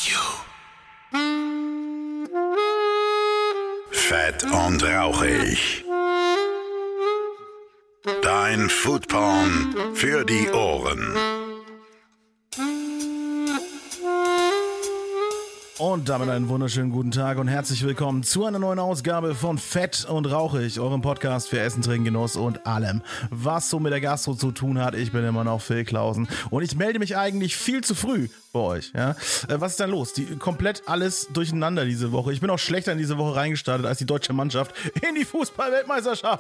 Fett und rauchig. Dein Foodporn für die Ohren. Und damit einen wunderschönen guten Tag und herzlich willkommen zu einer neuen Ausgabe von Fett und Rauchig, eurem Podcast für Essen, Trinken, Genuss und allem, was so mit der Gastro zu tun hat. Ich bin immer noch Phil Clausen und ich melde mich eigentlich viel zu früh bei euch. Ja? Was ist denn los? Komplett alles durcheinander diese Woche. Ich bin auch schlechter in diese Woche reingestartet als die deutsche Mannschaft in die Fußball-Weltmeisterschaft.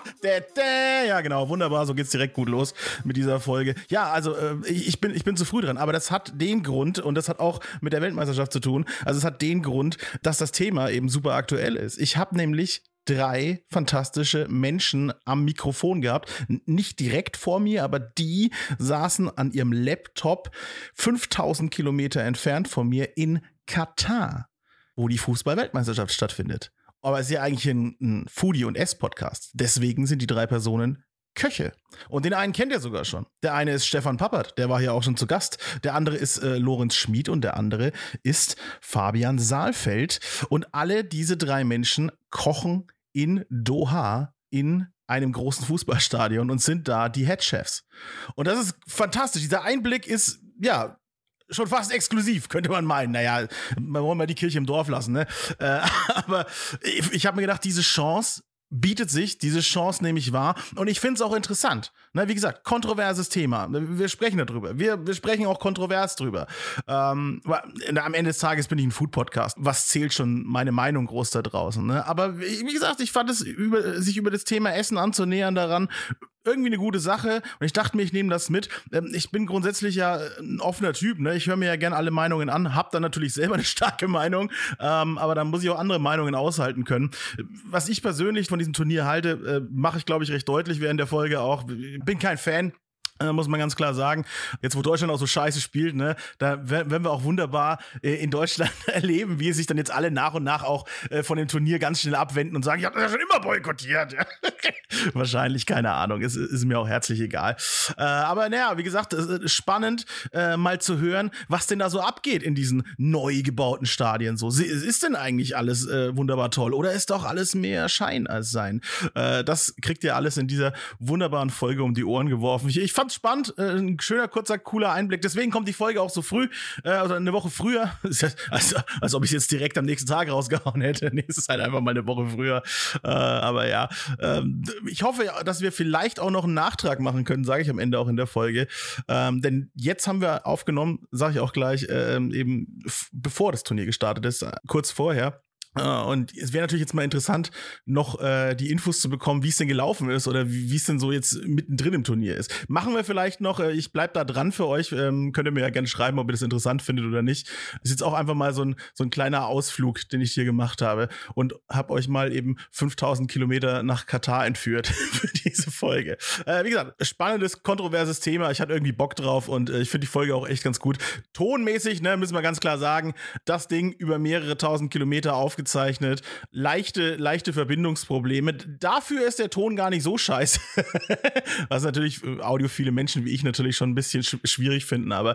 Ja genau, wunderbar, so geht's direkt gut los mit dieser Folge. Ja, also ich bin zu früh dran, aber das hat den Grund und das hat auch mit der Weltmeisterschaft zu tun. Also es hat den Grund, dass das Thema eben super aktuell ist. Ich habe nämlich 3 fantastische Menschen am Mikrofon gehabt. Nicht direkt vor mir, aber die saßen an ihrem Laptop 5000 Kilometer entfernt von mir in Katar, wo die Fußball-Weltmeisterschaft stattfindet. Aber es ist ja eigentlich ein Foodie- und Ess-Podcast. Deswegen sind die 3 Personen Köche. Und den einen kennt ihr sogar schon. Der eine ist Stefan Pappert, der war hier auch schon zu Gast. Der andere ist Lorenz Schmid und der andere ist Fabian Saalfeld. Und alle diese 3 Menschen kochen in Doha in einem großen Fußballstadion und sind da die Headchefs. Und das ist fantastisch. Dieser Einblick ist, ja, schon fast exklusiv, könnte man meinen. Naja, man wollen mal die Kirche im Dorf lassen, ne? Aber ich habe mir gedacht, diese Chance nehme ich wahr. Und ich finde es auch interessant. Ne, wie gesagt, kontroverses Thema. Wir sprechen darüber. Wir sprechen auch kontrovers drüber. Am Ende des Tages bin ich ein Food-Podcast. Was zählt schon meine Meinung groß da draußen? Ne? Aber wie gesagt, ich fand es, sich über das Thema Essen anzunähern daran, irgendwie eine gute Sache und ich dachte mir, ich nehme das mit. Ich bin grundsätzlich ja ein offener Typ, ne? Ich höre mir ja gerne alle Meinungen an, hab dann natürlich selber eine starke Meinung, aber dann muss ich auch andere Meinungen aushalten können. Was ich persönlich von diesem Turnier halte, mache ich, glaube ich, recht deutlich während der Folge auch. Bin kein Fan. Muss man ganz klar sagen, jetzt wo Deutschland auch so scheiße spielt, ne, da werden wir auch wunderbar in Deutschland erleben, wie es sich dann jetzt alle nach und nach auch von dem Turnier ganz schnell abwenden und sagen, ich habe das ja schon immer boykottiert. Wahrscheinlich, keine Ahnung, ist mir auch herzlich egal. Aber naja, wie gesagt, spannend mal zu hören, was denn da so abgeht in diesen neu gebauten Stadien. So, ist denn eigentlich alles wunderbar toll oder ist doch alles mehr Schein als Sein? Das kriegt ihr alles in dieser wunderbaren Folge um die Ohren geworfen. Ich fand spannend, ein schöner, kurzer, cooler Einblick. Deswegen kommt die Folge auch so früh, also eine Woche früher. Als ob ich es jetzt direkt am nächsten Tag rausgehauen hätte. Nee, es ist halt einfach mal eine Woche früher. Aber ja, ich hoffe, dass wir vielleicht auch noch einen Nachtrag machen können, sage ich am Ende auch in der Folge. Denn jetzt haben wir aufgenommen, sage ich auch gleich, eben bevor das Turnier gestartet ist, kurz vorher. Und es wäre natürlich jetzt mal interessant, noch die Infos zu bekommen, wie es denn gelaufen ist oder wie es denn so jetzt mittendrin im Turnier ist. Machen wir vielleicht noch, ich bleib da dran für euch, könnt ihr mir ja gerne schreiben, ob ihr das interessant findet oder nicht. Das ist jetzt auch einfach mal so ein kleiner Ausflug, den ich hier gemacht habe und habe euch mal eben 5000 Kilometer nach Katar entführt für diese Folge. Wie gesagt, spannendes, kontroverses Thema, ich hatte irgendwie Bock drauf und ich finde die Folge auch echt ganz gut. Tonmäßig, ne, müssen wir ganz klar sagen, das Ding über mehrere tausend Kilometer aufgezeichnet, leichte Verbindungsprobleme. Dafür ist der Ton gar nicht so scheiße. Was natürlich audiophile Menschen wie ich natürlich schon ein bisschen schwierig finden, aber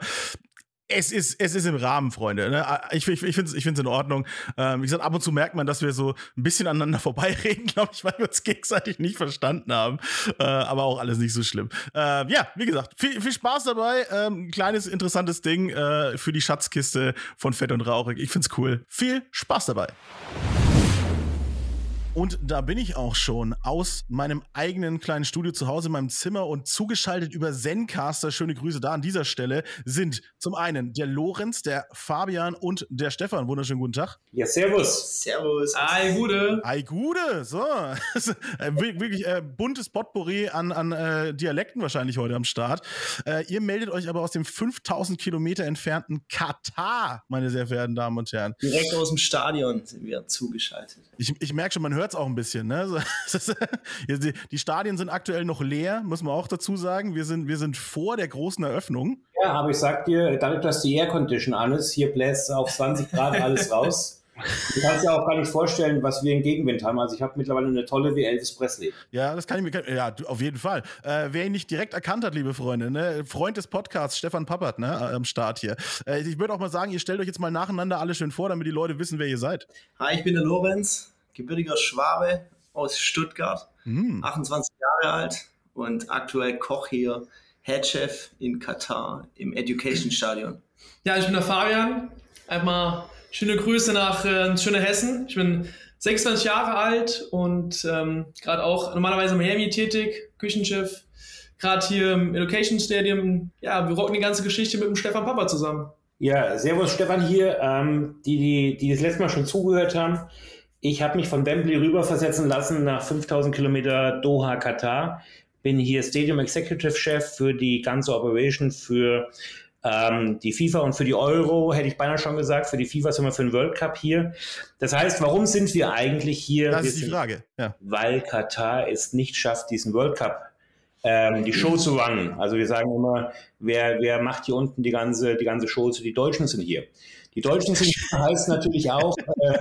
es ist im Rahmen, Freunde. Ne? Ich finde es in Ordnung. Wie gesagt, ab und zu merkt man, dass wir so ein bisschen aneinander vorbeireden, glaube ich, weil wir uns gegenseitig nicht verstanden haben. Aber auch alles nicht so schlimm. Ja, wie gesagt, viel Spaß dabei. Kleines, interessantes Ding für die Schatzkiste von Fett und Rauchig. Ich find's cool. Viel Spaß dabei. Und da bin ich auch schon aus meinem eigenen kleinen Studio zu Hause in meinem Zimmer und zugeschaltet über Zencastr, schöne Grüße da an dieser Stelle, sind zum einen der Lorenz, der Fabian und der Stefan. Wunderschönen guten Tag. Ja, servus. Servus. Ei, Gude. Ei, Gude. So. Wirklich buntes Potpourri an Dialekten wahrscheinlich heute am Start. Ihr meldet euch aber aus dem 5000 Kilometer entfernten Katar, meine sehr verehrten Damen und Herren. Direkt aus dem Stadion sind wir zugeschaltet. Ich merke schon, man hört es auch ein bisschen. Ne? Die Stadien sind aktuell noch leer, muss man auch dazu sagen. Wir sind vor der großen Eröffnung. Ja, aber ich sag dir, dadurch, dass die Aircondition an ist, hier bläst auf 20 Grad alles raus. Du kannst dir auch gar nicht vorstellen, was wir im Gegenwind haben. Also ich habe mittlerweile eine tolle wie Elvis Presley. Ja, das kann ich mir, ja, auf jeden Fall. Wer ihn nicht direkt erkannt hat, liebe Freunde, ne? Freund des Podcasts, Stefan Pappert, ne, am Start hier. Ich würde auch mal sagen, ihr stellt euch jetzt mal nacheinander alle schön vor, damit die Leute wissen, wer ihr seid. Hi, ich bin der Lorenz, gebürtiger Schwabe aus Stuttgart, 28 Jahre alt und aktuell Koch hier, Headchef in Katar im Education Stadion. Ja, ich bin der Fabian. Einmal schöne Grüße nach schöne Hessen. Ich bin 26 Jahre alt und gerade auch normalerweise in Miami tätig, Küchenchef. Gerade hier im Education Stadium. Ja, wir rocken die ganze Geschichte mit dem Stefan Papa zusammen. Ja, servus Stefan hier, die das letzte Mal schon zugehört haben. Ich habe mich von Wembley rüber versetzen lassen nach 5000 Kilometer Doha, Katar. Bin hier Stadium Executive Chef für die ganze Operation für die FIFA und für die Euro, hätte ich beinahe schon gesagt. Für die FIFA sind wir für den World Cup hier. Das heißt, warum sind wir eigentlich hier? Das ist die Frage. Ja. Weil Katar es nicht schafft, diesen World Cup die Show zu runnen. Also wir sagen immer, wer macht hier unten die ganze Show? Die Deutschen sind hier. Die Deutschen sind hier heißt natürlich auch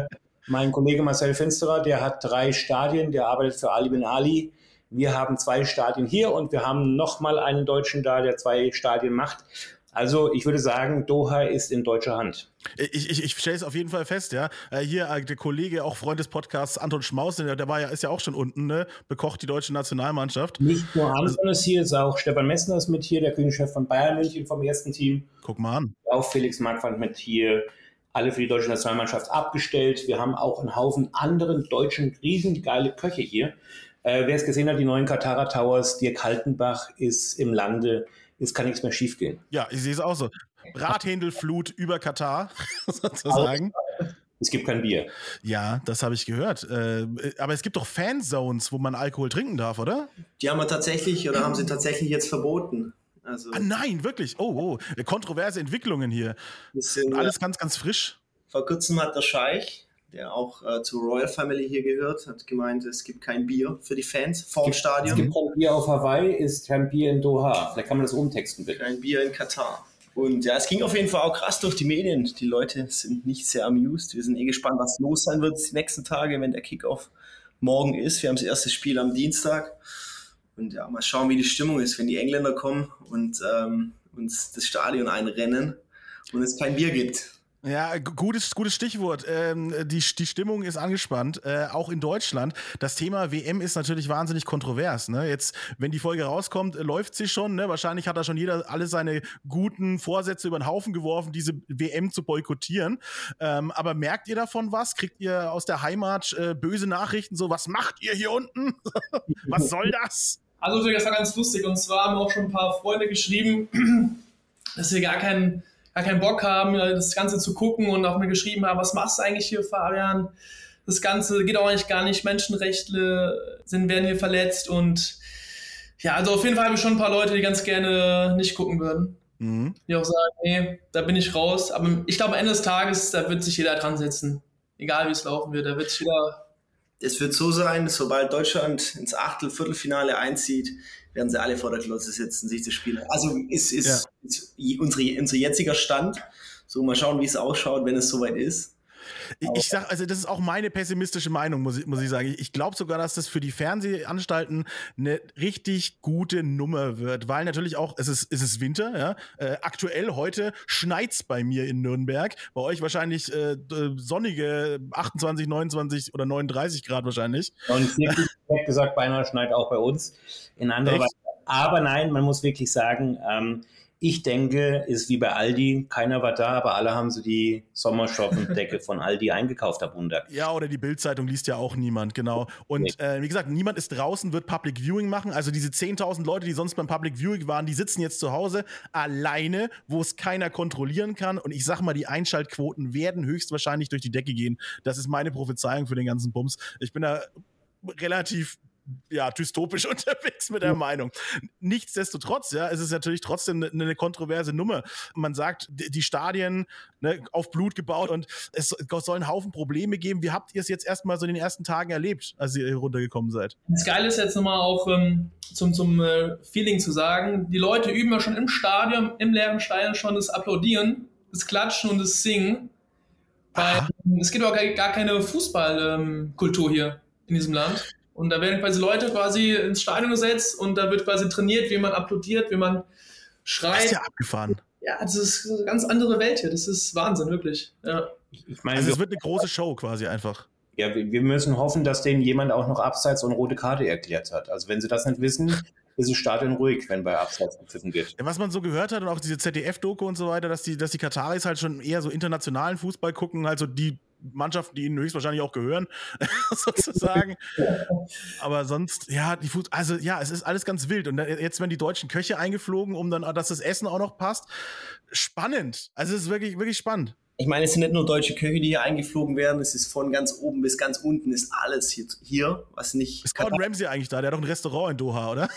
mein Kollege Marcel Finsterer, der hat 3 Stadien, der arbeitet für Ali bin Ali. Wir haben 2 Stadien hier und wir haben nochmal einen Deutschen da, der 2 Stadien macht. Also ich würde sagen, Doha ist in deutscher Hand. Ich stelle es auf jeden Fall fest, ja. Hier der Kollege, auch Freund des Podcasts, Anton Schmaus, der ist ja auch schon unten, ne? Bekocht die deutsche Nationalmannschaft. Nicht nur Anton ist hier, ist auch Stefan Messner ist mit hier, der Küchenchef von Bayern München vom ersten Team. Guck mal an. Auch Felix Marquardt mit hier. Alle für die deutsche Nationalmannschaft abgestellt. Wir haben auch einen Haufen anderen deutschen riesengeile Köche hier. Wer es gesehen hat, die neuen Katarer Towers, Dirk Haltenbach ist im Lande, es kann nichts mehr schiefgehen. Ja, ich sehe es auch so. Brathändelflut über Katar, sozusagen. Es gibt kein Bier. Ja, das habe ich gehört. Aber es gibt doch Fanzones, wo man Alkohol trinken darf, oder? Die haben sie tatsächlich jetzt verboten. Also, nein, wirklich? Oh, kontroverse Entwicklungen hier. Sind, alles ganz, ganz frisch. Vor kurzem hat der Scheich, der auch zur Royal Family hier gehört, hat gemeint, es gibt kein Bier für die Fans vorm Stadion. Es gibt kein Bier auf Hawaii, ist kein Bier in Doha. Vielleicht kann man das umtexten, bitte. Kein Bier in Katar. Und ja, es ging auf jeden Fall auch krass durch die Medien. Die Leute sind nicht sehr amused. Wir sind gespannt, was los sein wird die nächsten Tage, wenn der Kickoff morgen ist. Wir haben das erste Spiel am Dienstag. Und ja, mal schauen, wie die Stimmung ist, wenn die Engländer kommen und uns das Stadion einrennen und es kein Bier gibt. Ja, gutes Stichwort. Die Stimmung ist angespannt, auch in Deutschland. Das Thema WM ist natürlich wahnsinnig kontrovers. Ne? Jetzt, wenn die Folge rauskommt, läuft sie schon. Ne? Wahrscheinlich hat da schon jeder alle seine guten Vorsätze über den Haufen geworfen, diese WM zu boykottieren. Aber merkt ihr davon was? Kriegt ihr aus der Heimat böse Nachrichten? So, was macht ihr hier unten? Was soll das? Also das war ganz lustig. Und zwar haben auch schon ein paar Freunde geschrieben, dass wir gar keinen Bock haben, das Ganze zu gucken und auch mir geschrieben haben, was machst du eigentlich hier, Fabian? Das Ganze geht auch eigentlich gar nicht, Menschenrechte werden hier verletzt und ja, also auf jeden Fall habe ich schon ein paar Leute, die ganz gerne nicht gucken würden. Mhm. Die auch sagen, nee, da bin ich raus. Aber ich glaube, am Ende des Tages, da wird sich jeder dran setzen. Egal wie es laufen wird, da wird sich jeder... Es wird so sein, sobald Deutschland ins Viertelfinale einzieht, werden sie alle vor der Glotze sitzen, sich das Spiel. Also ist unser jetziger Stand. So, mal schauen, wie es ausschaut, wenn es soweit ist. Ich sag, also das ist auch meine pessimistische Meinung, muss ich sagen. Ich glaube sogar, dass das für die Fernsehanstalten eine richtig gute Nummer wird, weil natürlich auch, es ist Winter, ja. Aktuell heute schneit's bei mir in Nürnberg, bei euch wahrscheinlich sonnige 28, 29 oder 39 Grad wahrscheinlich. Und wirklich gesagt, beinahe schneit auch bei uns in anderer Weise. Aber nein, man muss wirklich sagen, ich denke, ist wie bei Aldi, keiner war da, aber alle haben so die Sommershoppendecke von Aldi eingekauft ab Montag. Ja, oder die Bild-Zeitung liest ja auch niemand, genau. Und wie gesagt, niemand ist draußen, wird Public Viewing machen. Also diese 10.000 Leute, die sonst beim Public Viewing waren, die sitzen jetzt zu Hause alleine, wo es keiner kontrollieren kann. Und ich sag mal, die Einschaltquoten werden höchstwahrscheinlich durch die Decke gehen. Das ist meine Prophezeiung für den ganzen Bums. Ich bin da relativ dystopisch unterwegs mit der Meinung. Nichtsdestotrotz, es ist natürlich trotzdem eine kontroverse Nummer. Man sagt, die Stadien auf Blut gebaut und es soll einen Haufen Probleme geben. Wie habt ihr es jetzt erstmal so in den ersten Tagen erlebt, als ihr runtergekommen seid? Das Geile ist jetzt nochmal auch zum Feeling zu sagen, die Leute üben ja schon im Stadion, im leeren Stadion schon das Applaudieren, das Klatschen und das Singen. Weil es gibt auch gar keine Fußballkultur hier in diesem Land. Und da werden quasi Leute quasi ins Stadion gesetzt und da wird quasi trainiert, wie man applaudiert, wie man schreit. Das ist ja abgefahren. Ja, das ist eine ganz andere Welt hier. Das ist Wahnsinn, wirklich. Ja. Ich meine, Also es wird eine große Show quasi einfach. ja, wir müssen hoffen, dass denen jemand auch noch Abseits und rote Karte erklärt hat. Also wenn sie das nicht wissen, ist das Stadion ruhig, wenn bei Abseits gepfiffen wird. Ja, was man so gehört hat und auch diese ZDF-Doku und so weiter, dass die Kataris halt schon eher so internationalen Fußball gucken, also die Mannschaften, die ihnen höchstwahrscheinlich auch gehören, sozusagen. Aber sonst, ja, also ja, es ist alles ganz wild. Und jetzt werden die deutschen Köche eingeflogen, um dann, dass das Essen auch noch passt. Spannend. Also es ist wirklich, wirklich spannend. Ich meine, es sind nicht nur deutsche Köche, die hier eingeflogen werden, es ist von ganz oben bis ganz unten ist alles hier was nicht... Ist Gordon Ramsay eigentlich da? Der hat doch ein Restaurant in Doha, oder?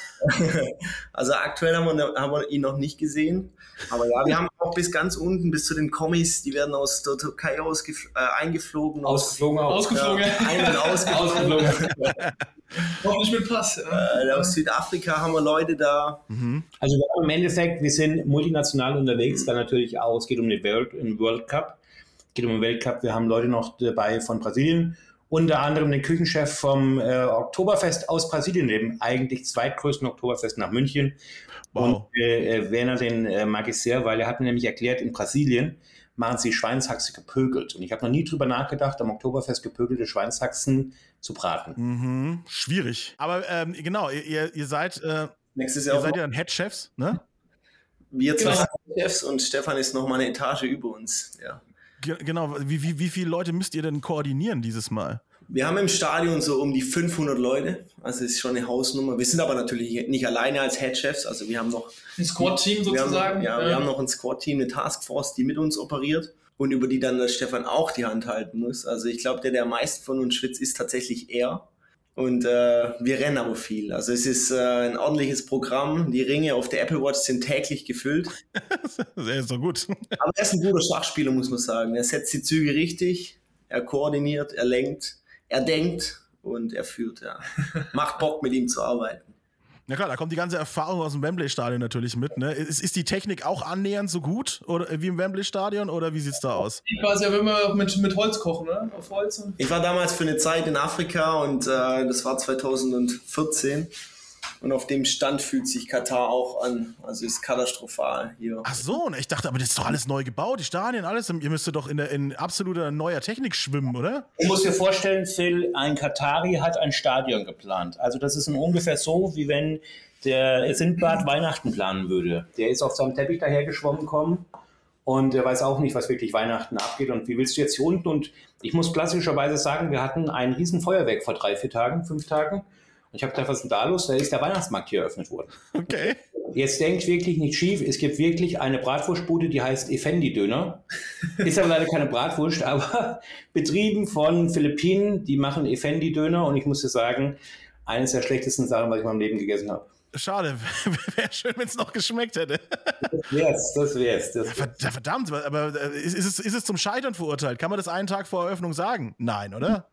Also aktuell haben wir ihn noch nicht gesehen. Aber ja, wir haben auch bis ganz unten, bis zu den Kommis, die werden aus der Türkei eingeflogen. Ausgeflogen auch. Ausgeflogen. Ja, einen ausgeflogen. Hoffentlich mit Pass. Ja. Aus Südafrika haben wir Leute da. Also im Endeffekt, wir sind multinational unterwegs, dann natürlich auch, es geht um den World Cup. Es geht um den Weltcup, wir haben Leute noch dabei von Brasilien, unter anderem den Küchenchef vom Oktoberfest aus Brasilien, dem eigentlich zweitgrößten Oktoberfest nach München. Wow. Und Werner, den mag ich sehr, weil er hat mir nämlich erklärt, in Brasilien machen sie Schweinshaxe gepökelt. Und ich habe noch nie drüber nachgedacht, am Oktoberfest gepökelte Schweinshaxen zu braten. Schwierig. Aber genau, ihr seid, Nächstes ihr Jahr seid ja dann Head-Chefs, ne? wir zwei Genau. sind Chefs und Stefan ist noch mal eine Etage über uns. Ja. Genau, wie viele Leute müsst ihr denn koordinieren dieses Mal? Wir haben im Stadion so um die 500 Leute, also ist schon eine Hausnummer. Wir sind aber natürlich nicht alleine als Headchefs, also wir haben noch Ein Squad-Team sozusagen. Wir haben noch ein Squad-Team, eine Taskforce, die mit uns operiert und über die dann der Stefan auch die Hand halten muss. Also ich glaube, der am meisten von uns schwitzt, ist tatsächlich er. Und wir rennen aber viel. Also es ist ein ordentliches Programm. Die Ringe auf der Apple Watch sind täglich gefüllt. Das ist doch gut. Aber er ist ein guter Schachspieler, muss man sagen. Er setzt die Züge richtig, er koordiniert, er lenkt, er denkt und er führt. Ja. Macht Bock, mit ihm zu arbeiten. Na klar, da kommt die ganze Erfahrung aus dem Wembley-Stadion natürlich mit. Ne? Ist die Technik auch annähernd so gut oder, wie im Wembley-Stadion oder wie sieht's da aus? Quasi, wenn wir mit Holz kochen, ne? Auf Holz. Ich war damals für eine Zeit in Afrika und das war 2014. Und auf dem Stand fühlt sich Katar auch an. Also ist katastrophal hier. Ach so, ich dachte, aber das ist doch alles neu gebaut, die Stadien, alles. Ihr müsstet doch in absoluter neuer Technik schwimmen, oder? Du musst dir vorstellen, Phil, ein Katari hat ein Stadion geplant. Also das ist ungefähr so, wie wenn der Sindbad Weihnachten planen würde. Der ist auf seinem Teppich dahergeschwommen kommen und der weiß auch nicht, was wirklich Weihnachten abgeht. Und wie willst du jetzt hier unten? Und ich muss klassischerweise sagen, wir hatten ein riesen Feuerwerk vor 5 Tagen. Und ich habe gedacht, was ist denn da los? Da ist der Weihnachtsmarkt hier eröffnet worden. Okay. Jetzt denkt wirklich nicht schief, es gibt wirklich eine Bratwurstbude, die heißt Effendi-Döner. Ist aber leider keine Bratwurst, aber betrieben von Philippinen, die machen Effendi-Döner und ich muss dir sagen, eines der schlechtesten Sachen, was ich in meinem Leben gegessen habe. Schade, wäre schön, wenn es noch geschmeckt hätte. Das wär's. Verdammt, aber ist es zum Scheitern verurteilt? Kann man das einen Tag vor Eröffnung sagen? Nein, oder?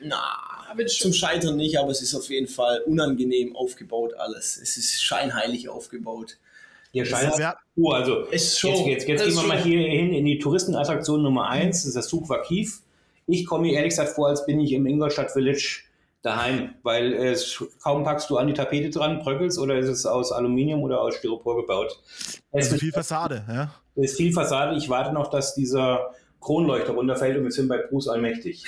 Zum Scheitern nicht, aber es ist auf jeden Fall unangenehm aufgebaut alles. Es ist scheinheilig aufgebaut. Ja, also ist Show. Jetzt gehen wir mal hier hin in die Touristenattraktion Nummer 1, das ist das Souk Waqif. Ich komme mir ehrlich gesagt vor, als bin ich im Ingolstadt Village daheim, weil kaum packst du an die Tapete dran, bröckelst, oder ist es aus Aluminium oder aus Styropor gebaut. Also viel Fassade, ja? Es ist viel Fassade. Ich warte noch, dass dieser Kronleuchter runterfällt und wir sind bei Bruce allmächtig.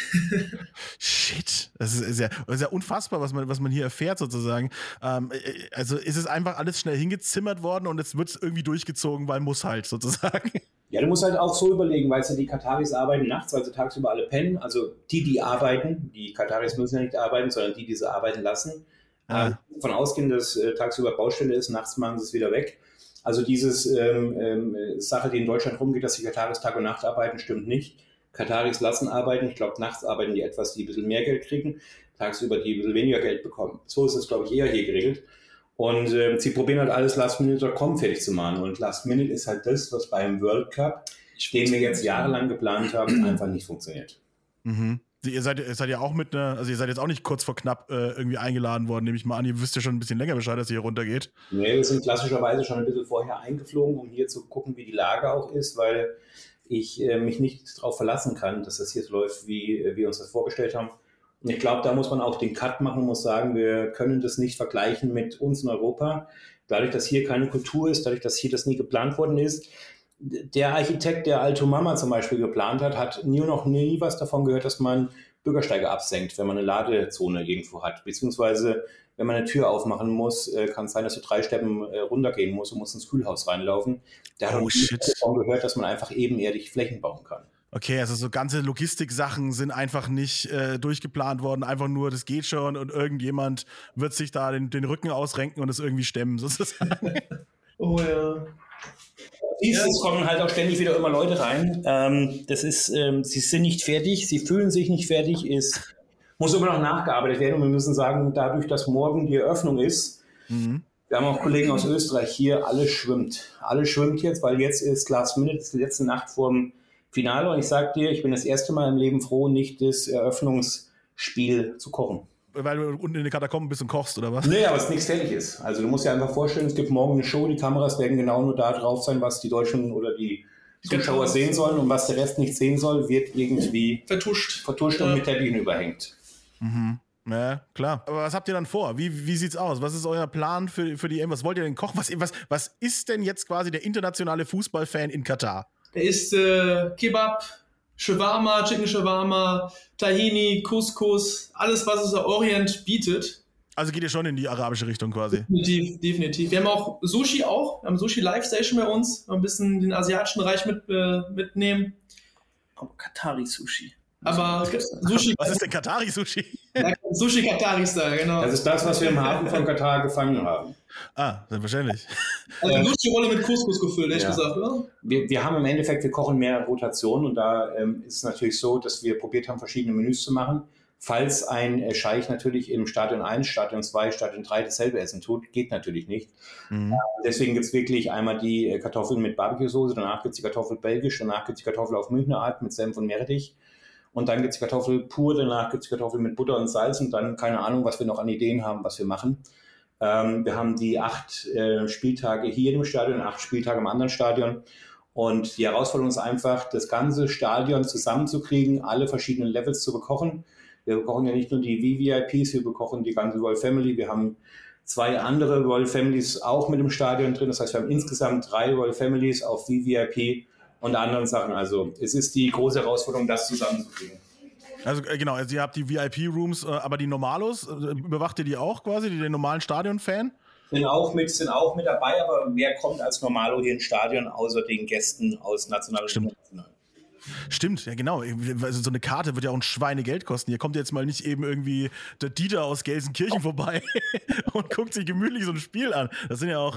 Shit, das ist ja unfassbar, was man hier erfährt sozusagen. Also ist es einfach alles schnell hingezimmert worden und jetzt wird es irgendwie durchgezogen, weil muss halt sozusagen. Ja, du musst halt auch so überlegen, weil die Kataris arbeiten nachts, weil sie tagsüber alle pennen. Also die arbeiten, die Kataris müssen ja nicht arbeiten, sondern die sie arbeiten lassen. Davon ausgehen, dass tagsüber Baustelle ist, nachts machen sie es wieder weg. Also dieses Sache, die in Deutschland rumgeht, dass die Kataris Tag und Nacht arbeiten, stimmt nicht. Kataris lassen arbeiten. Ich glaube, nachts arbeiten die etwas, die ein bisschen mehr Geld kriegen, tagsüber die ein bisschen weniger Geld bekommen. So ist es, glaube ich, eher hier geregelt. Und sie probieren halt alles Last-Minute.com fertig zu machen. Und Last-Minute ist halt das, was beim World Cup, den wir jetzt jahrelang geplant haben, einfach nicht funktioniert. Mhm. Ihr seid ja auch also ihr seid jetzt auch nicht kurz vor knapp irgendwie eingeladen worden, nehme ich mal an. Ihr wisst ja schon ein bisschen länger Bescheid, dass ihr hier runtergeht. Nee, wir sind klassischerweise schon ein bisschen vorher eingeflogen, um hier zu gucken, wie die Lage auch ist, weil ich mich nicht darauf verlassen kann, dass das hier so läuft, wie wir uns das vorgestellt haben. Und ich glaube, da muss man auch den Cut machen, muss sagen, wir können das nicht vergleichen mit uns in Europa. Dadurch, dass hier keine Kultur ist, dadurch, dass hier das nie geplant worden ist. Der Architekt, der Alto Mama zum Beispiel geplant hat, hat noch nie was davon gehört, dass man Bürgersteige absenkt, wenn man eine Ladezone irgendwo hat. Beziehungsweise, wenn man eine Tür aufmachen muss, kann es sein, dass du 3 Steppen runtergehen musst und musst ins Kühlhaus reinlaufen. Der hat nie davon gehört, dass man einfach ebenerdig Flächen bauen kann. Okay, also so ganze Logistik-Sachen sind einfach nicht durchgeplant worden, einfach nur, das geht schon und irgendjemand wird sich da den Rücken ausrenken und es irgendwie stemmen, sozusagen. Oh ja. Es kommen halt auch ständig wieder immer Leute rein. Sie sind nicht fertig, sie fühlen sich nicht fertig, es muss immer noch nachgearbeitet werden und wir müssen sagen, dadurch, dass morgen die Eröffnung ist, wir haben auch Kollegen aus Österreich hier, alles schwimmt. Alles schwimmt jetzt, weil jetzt ist Last Minute, das ist die letzte Nacht vorm Finale und ich sag dir, ich bin das erste Mal im Leben froh, nicht das Eröffnungsspiel zu kochen. Weil du unten in den Katakomben bist und kochst, oder was? Nee, aber es nichts fertig ist. Also du musst dir einfach vorstellen, es gibt morgen eine Show, die Kameras werden genau nur da drauf sein, was die Deutschen oder die Zuschauer sehen sollen und was der Rest nicht sehen soll, wird irgendwie vertuscht und mit Teppichen überhängt. Mhm. Ja, klar. Aber was habt ihr dann vor? Wie sieht's aus? Was ist euer Plan für die EM? Was wollt ihr denn kochen? Was ist denn jetzt quasi der internationale Fußballfan in Katar? Der isst Kebab, Shawarma, Chicken Shawarma, Tahini, Couscous, alles, was es der Orient bietet. Also geht ihr schon in die arabische Richtung quasi? Definitiv. Wir haben auch Sushi Wir haben Sushi Live Station bei uns. Ein bisschen den asiatischen Bereich mitnehmen. Aber Katari-Sushi. Aber Sushi... Was ist denn Katari-Sushi? Ja, Sushi Katari-Style, genau. Das ist das, was wir im Hafen von Katar gefangen haben. Ah, selbstverständlich. Also Sushi-Rolle mit Couscous gefüllt, ehrlich gesagt, oder? Wir haben im Endeffekt, wir kochen mehr Rotation und da ist es natürlich so, dass wir probiert haben, verschiedene Menüs zu machen. Falls ein Scheich natürlich im Stadion 1, Stadion 2, Stadion 3 dasselbe Essen tut, geht natürlich nicht. Mhm. Deswegen gibt es wirklich einmal die Kartoffeln mit Barbecue-Soße, danach gibt es die Kartoffel belgisch, danach gibt es die Kartoffel auf Münchner Art mit Senf und Meerrettich. Und dann gibt es die Kartoffel pur, danach gibt es die Kartoffel mit Butter und Salz und dann keine Ahnung, was wir noch an Ideen haben, was wir machen. Wir haben die 8 Spieltage hier im Stadion, 8 Spieltage im anderen Stadion. Und die Herausforderung ist einfach, das ganze Stadion zusammenzukriegen, alle verschiedenen Levels zu bekochen. Wir bekochen ja nicht nur die VVIPs, wir bekochen die ganze Royal Family. Wir haben 2 andere Royal Families auch mit im Stadion drin. Das heißt, wir haben insgesamt 3 Royal Families auf VVIP und anderen Sachen. Also es ist die große Herausforderung, das zusammenzukriegen. Also genau, also ihr habt die VIP-Rooms, aber die Normalos, überwacht ihr die auch quasi, den normalen Stadion-Fan? Sind auch mit dabei, aber wer kommt als Normalo hier ins Stadion, außer den Gästen aus national und international? Stimmt, ja genau. Also so eine Karte wird ja auch ein Schweinegeld kosten. Hier kommt jetzt mal nicht eben irgendwie der Dieter aus Gelsenkirchen vorbei und guckt sich gemütlich so ein Spiel an. Das sind ja auch,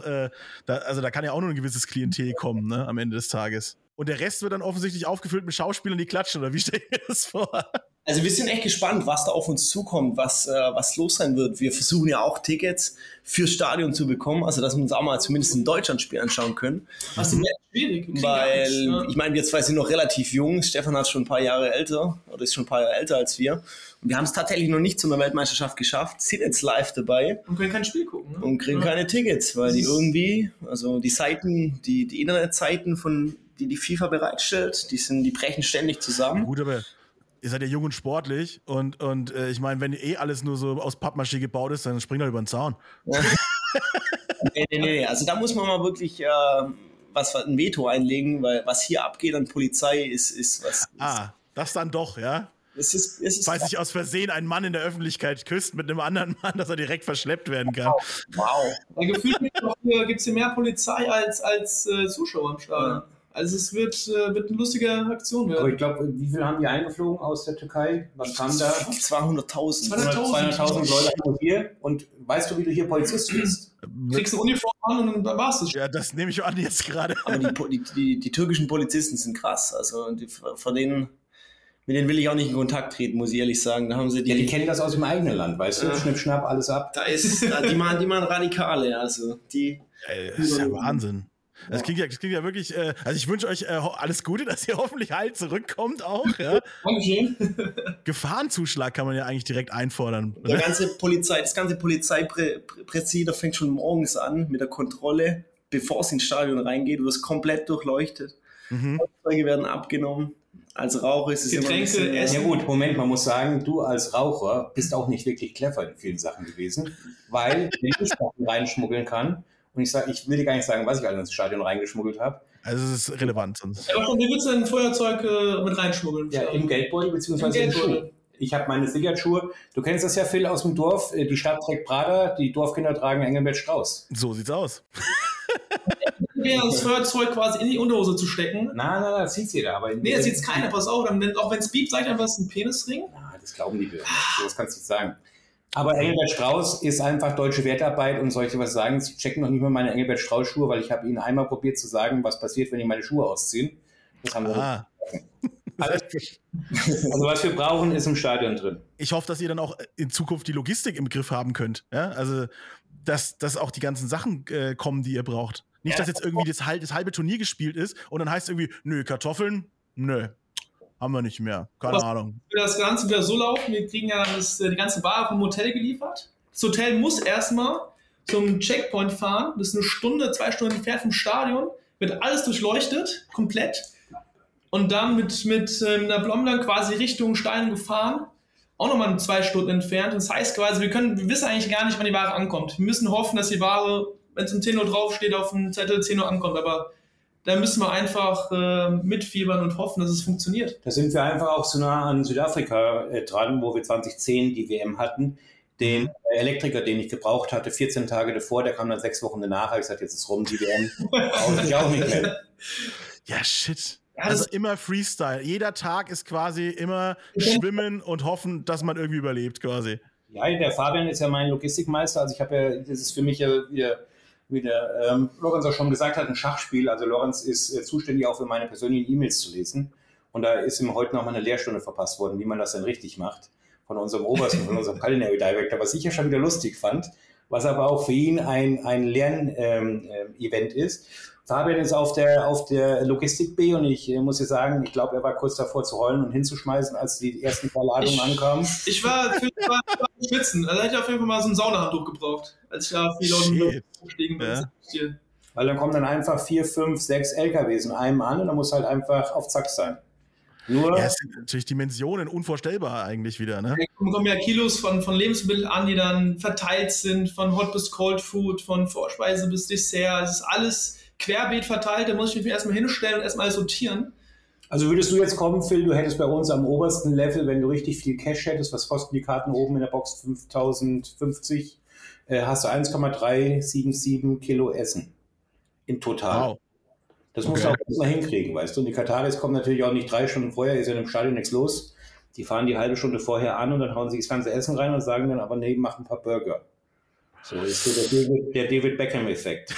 da kann ja auch nur ein gewisses Klientel kommen, ne, am Ende des Tages. Und der Rest wird dann offensichtlich aufgefüllt mit Schauspielern, die klatschen, oder wie stell ich mir das vor? Also wir sind echt gespannt, was da auf uns zukommt, was los sein wird. Wir versuchen ja auch Tickets fürs Stadion zu bekommen, also dass wir uns auch mal zumindest ein Deutschlandspiel anschauen können. Was ist schwierig? Weil, ich meine, wir zwei sind noch relativ jung. Stefan ist schon ein paar Jahre älter oder ist schon ein paar Jahre älter als wir. Und wir haben es tatsächlich noch nicht zu einer Weltmeisterschaft geschafft, sind jetzt live dabei. Und können kein Spiel gucken. Ne? Und kriegen keine Tickets, weil die irgendwie, also die Seiten, die Internetseiten, die FIFA bereitstellt, die brechen ständig zusammen. Gut, aber ihr seid ja jung und sportlich und ich meine, wenn alles nur so aus Pappmaché gebaut ist, dann springt er über den Zaun. Nee. Also da muss man mal wirklich ein Veto einlegen, weil was hier abgeht an Polizei ist was. Das dann doch, ja? Es ist falls sich aus Versehen ein Mann in der Öffentlichkeit küsst mit einem anderen Mann, dass er direkt verschleppt werden kann. Wow. Ja, gefühlt gibt es hier mehr Polizei als Zuschauer im Stadion. Also es wird eine lustige Aktion werden. Aber ich glaube, wie viel haben die eingeflogen aus der Türkei? Was kam da? 200.000. 200.000 Leute haben hier. Und weißt du, wie du hier Polizist bist? Kriegst du Uniform an und dann war's das. Ja, das nehme ich an jetzt gerade. Aber die türkischen Polizisten sind krass. Also mit denen will ich auch nicht in Kontakt treten, muss ich ehrlich sagen. Da haben sie die kennen das aus dem eigenen Land, weißt du? Schnipp, schnapp, alles ab. Die machen Radikale. Also das ist ja Wahnsinn. Das klingt ja wirklich, also ich wünsche euch alles Gute, dass ihr hoffentlich heil zurückkommt auch. Ja? Dankeschön. Gefahrenzuschlag kann man ja eigentlich direkt einfordern. Das ganze Polizeipräsidium fängt schon morgens an mit der Kontrolle, bevor es ins Stadion reingeht, wird es komplett durchleuchtet. Fahrzeuge werden abgenommen. Als Raucher ist es Getränke, immer Ja gut, Moment, man muss sagen, du als Raucher bist auch nicht wirklich clever in vielen Sachen gewesen, weil ich Sachen reinschmuggeln kann. Und ich will dir gar nicht sagen, was ich alles ins Stadion reingeschmuggelt habe. Also es ist relevant sonst. Aber wie willst du denn ein Feuerzeug mit reinschmuggeln? Ja, im Geldbeutel beziehungsweise im Schuh. Ich habe meine Sigurdschuhe. Du kennst das ja, Phil, aus dem Dorf. Die Stadt trägt Prada, die Dorfkinder tragen Engelbert Strauß. So sieht's aus. Das Feuerzeug quasi in die Unterhose zu stecken. Nein, das sieht jeder. Aber Das sieht keiner, pass auf. Auch wenn es piept, sagt einfach, es ist ein Penisring. Das glauben die Bürger. Das kannst du nicht sagen. Aber Engelbert Strauß ist einfach deutsche Wertarbeit und soll ich dir was sagen? Sie checken noch nicht mal meine Engelbert Strauß Schuhe, weil ich habe ihnen einmal probiert zu sagen, was passiert, wenn die meine Schuhe ausziehen. Das haben wir Also was wir brauchen, ist im Stadion drin. Ich hoffe, dass ihr dann auch in Zukunft die Logistik im Griff haben könnt. Ja? Also, dass auch die ganzen Sachen kommen, die ihr braucht. Nicht, dass jetzt irgendwie das halbe Turnier gespielt ist und dann heißt irgendwie, nö, Kartoffeln, nö, haben wir nicht mehr. Keine Ahnung. Für das Ganze wieder so laufen, wir kriegen ja die ganze Ware vom Hotel geliefert. Das Hotel muss erstmal zum Checkpoint fahren. Das ist 1 Stunde, 2 Stunden entfernt vom Stadion. Wird alles durchleuchtet, komplett. Und dann mit einer Blombe quasi Richtung Stadion gefahren. Auch nochmal 2 Stunden entfernt. Das heißt quasi, wir wissen eigentlich gar nicht, wann die Ware ankommt. Wir müssen hoffen, dass die Ware, wenn es um 10 Uhr draufsteht, auf dem Zettel 10 Uhr ankommt. Aber da müssen wir einfach mitfiebern und hoffen, dass es funktioniert. Da sind wir einfach auch so nah an Südafrika dran, wo wir 2010 die WM hatten. Den Elektriker, den ich gebraucht hatte, 14 Tage davor, der kam dann 6 Wochen danach. Ich sagte, jetzt ist rum, die WM. Brauche ich auch nicht mehr. Ja, shit. Also immer Freestyle. Jeder Tag ist quasi immer schwimmen und hoffen, dass man irgendwie überlebt quasi. Ja, der Fabian ist ja mein Logistikmeister. Also ich habe ja, das ist für mich ja wie der Lorenz auch schon gesagt hat, ein Schachspiel. Also Lorenz ist zuständig auch für meine persönlichen E-Mails zu lesen. Und da ist ihm heute nochmal eine Lehrstunde verpasst worden, wie man das denn richtig macht. Von unserem Obersten, von unserem Culinary Director, was ich ja schon wieder lustig fand, was aber auch für ihn ein Lern-Event ist. Fabian ist auf der Logistik B und ich muss dir sagen, ich glaube, er war kurz davor zu heulen und hinzuschmeißen, als die ersten Verladungen ankamen. Ich war schwitzen. Also hätte ich auf jeden Fall mal so ein Saunahandtuch gebraucht, als ich da viel Leute gestiegen bin. Ja. Weil dann kommen dann einfach 4, 5, 6 LKWs in einem an und dann muss halt einfach auf Zack sein. Nur es sind natürlich Dimensionen unvorstellbar eigentlich wieder, ne? Da kommen ja Kilos von Lebensmitteln an, die dann verteilt sind, von Hot bis Cold Food, von Vorspeise bis Dessert. Es ist alles querbeet verteilt, da muss ich mich erstmal hinstellen und erstmal sortieren. Also würdest du jetzt kommen, Phil, du hättest bei uns am obersten Level, wenn du richtig viel Cash hättest, was kosten die Karten oben in der Box? 5.050, hast du 1,377 Kilo Essen in total. Wow. Das musst du auch erstmal hinkriegen, weißt du. Und die Kataris kommen natürlich auch nicht 3 Stunden vorher, ist ja im Stadion nichts los. Die fahren die halbe Stunde vorher an und dann hauen sie das ganze Essen rein und sagen dann aber, nee, mach ein paar Burger. So ist so der David Beckham-Effekt.